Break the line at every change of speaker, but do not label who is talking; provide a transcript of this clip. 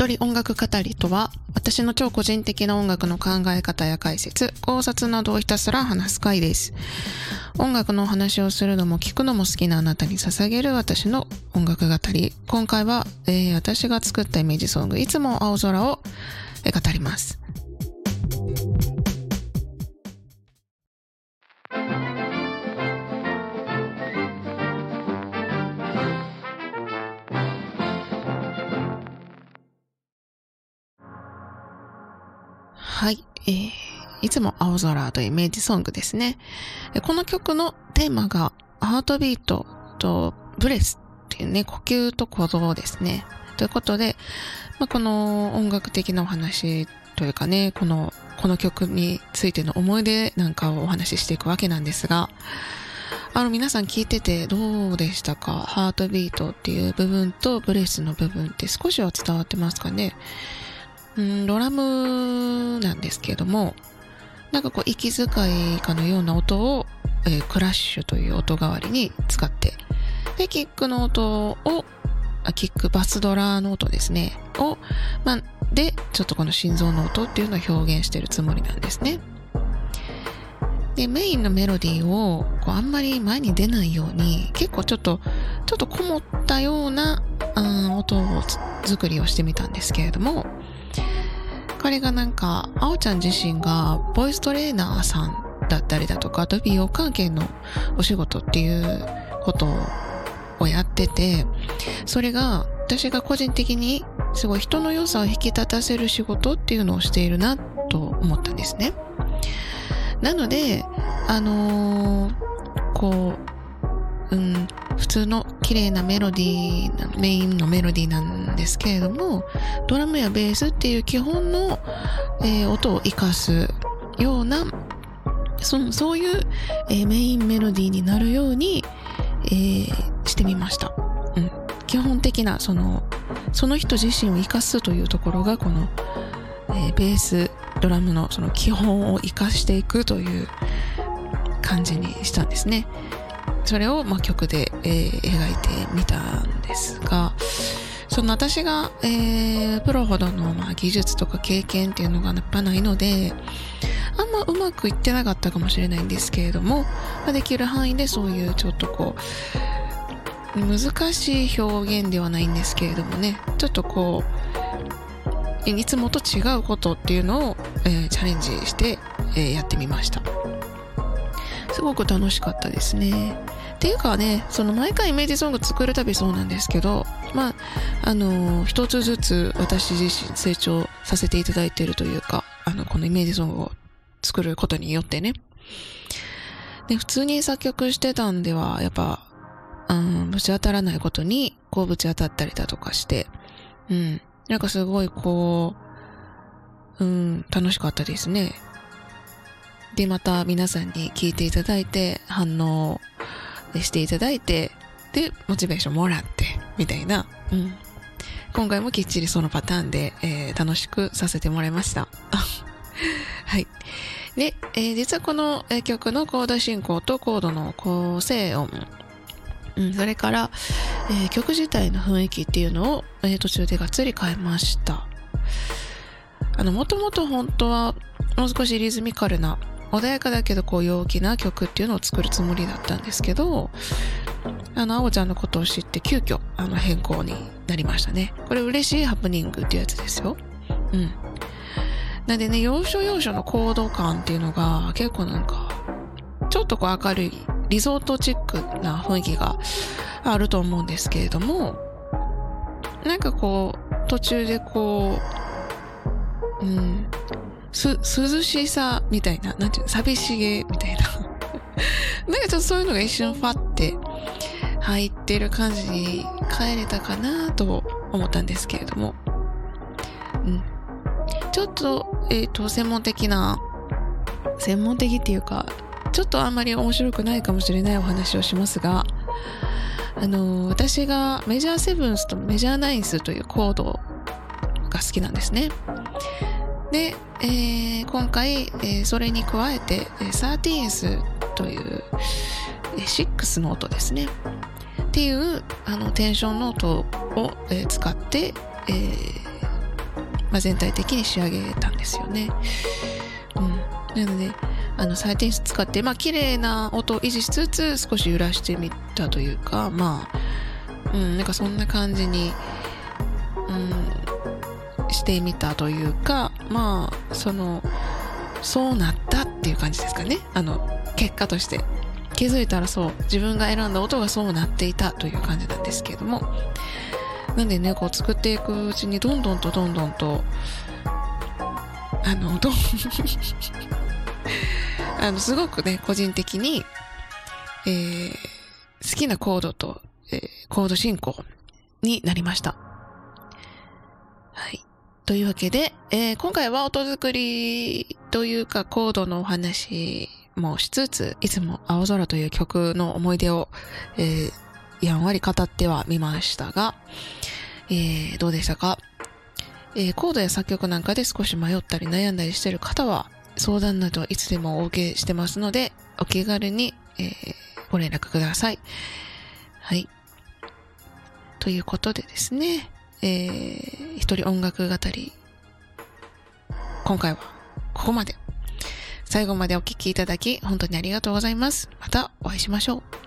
一人音楽語りとは、私の超個人的な音楽の考え方や解説、考察などをひたすら話す回です。音楽のお話をするのも聞くのも好きなあなたに捧げる私の音楽語り。今回は、私が作ったイメージソング、いつも青空を語ります。はい、いつも青空というイメージソングですね。この曲のテーマがハートビートとブレスっていうね、呼吸と鼓動ですね。ということで、この音楽的なお話というかね、この曲についての思い出なんかをお話ししていくわけなんですが、皆さん聞いててどうでしたか？ハートビートっていう部分とブレスの部分って少しは伝わってますかね？ドラムなんですけれども、なんかこう息遣いかのような音を、クラッシュという音代わりに使って、でキックの音をキックバスドラの音ですねを、でちょっとこの心臓の音っていうのを表現しているつもりなんですね。でメインのメロディーをこうあんまり前に出ないように結構ちょっとこもったような音を作りをしてみたんですけれども、これがなんかあおちゃん自身がボイストレーナーさんだったりだとか、あと美容関係のお仕事っていうことをやってて、それが私が個人的にすごい人の良さを引き立たせる仕事っていうのをしているなと思ったんですね。なので普通の綺麗なメインのメロディーなんですけれども、ドラムやベースっていう基本の、音を活かすようなそういう、メインメロディーになるように、してみました。基本的なその人自身を活かすというところがこの、ベースドラムのその基本を活かしていくという感じにしたんですね。それを曲で、描いてみたんですが、その私が、プロほどの、技術とか経験っていうのがやっぱないので、あんまうまくいってなかったかもしれないんですけれども、できる範囲でそういうちょっとこう難しい表現ではないんですけれどもね、ちょっとこういつもと違うことっていうのを、チャレンジして、やってみました。すごく楽しかったですね。っていうかね、その毎回イメージソング作るたびそうなんですけど、一つずつ私自身成長させていただいているというか、このイメージソングを作ることによってね。で、普通に作曲してたんでは、やっぱ、ぶち当たらないことに、こうぶち当たったりだとかして、なんかすごい楽しかったですね。で、また皆さんに聞いていただいて、反応していただいて、で、モチベーションもらって、みたいな。今回もきっちりそのパターンで、楽しくさせてもらいました。はい。で、実はこの曲のコード進行とコードの構成音、それから、曲自体の雰囲気っていうのを、途中でがっつり変えました。もともと本当はもう少しリズミカルな穏やかだけど陽気な曲っていうのを作るつもりだったんですけど、あおちゃんのことを知って急遽変更になりましたね。これ嬉しいハプニングっていうやつですよ。なんでね、要所要所のコード感っていうのが結構なんかちょっと明るいリゾートチックな雰囲気があると思うんですけれども、なんか途中で涼しさみたいな、なんていうの、寂しげみたいななんかちょっとそういうのが一瞬ファって入ってる感じに変えれたかなと思ったんですけれども、ちょっと専門的っていうか、ちょっとあんまり面白くないかもしれないお話をしますが、私がメジャーセブンスとメジャーナインスというコードが好きなんですね。で、今回、それに加えて、13th という6の音ですねっていうテンションの音を、使って、 全体的に仕上げたんですよね。なので、サイテンス使って、綺麗な音を維持しつつ、少し揺らしてみたというか、なんかそんな感じに、してみたというか、そうなったっていう感じですかね。結果として。気づいたら自分が選んだ音がそうなっていたという感じなんですけれども。なんでね、作っていくうちにどんどんと、すごくね、個人的に、好きなコードと、コード進行になりました。はい。というわけで、今回は音作りというかコードのお話もしつつ、いつも青空という曲の思い出を、やんわり語ってはみましたが、どうでしたか？コードや作曲なんかで少し迷ったり悩んだりしている方は、相談などいつでもお受けしてますので、お気軽に、ご連絡ください。はい。ということでですね、一人音楽語り、今回はここまで。最後までお聞きいただき、本当にありがとうございます。またお会いしましょう。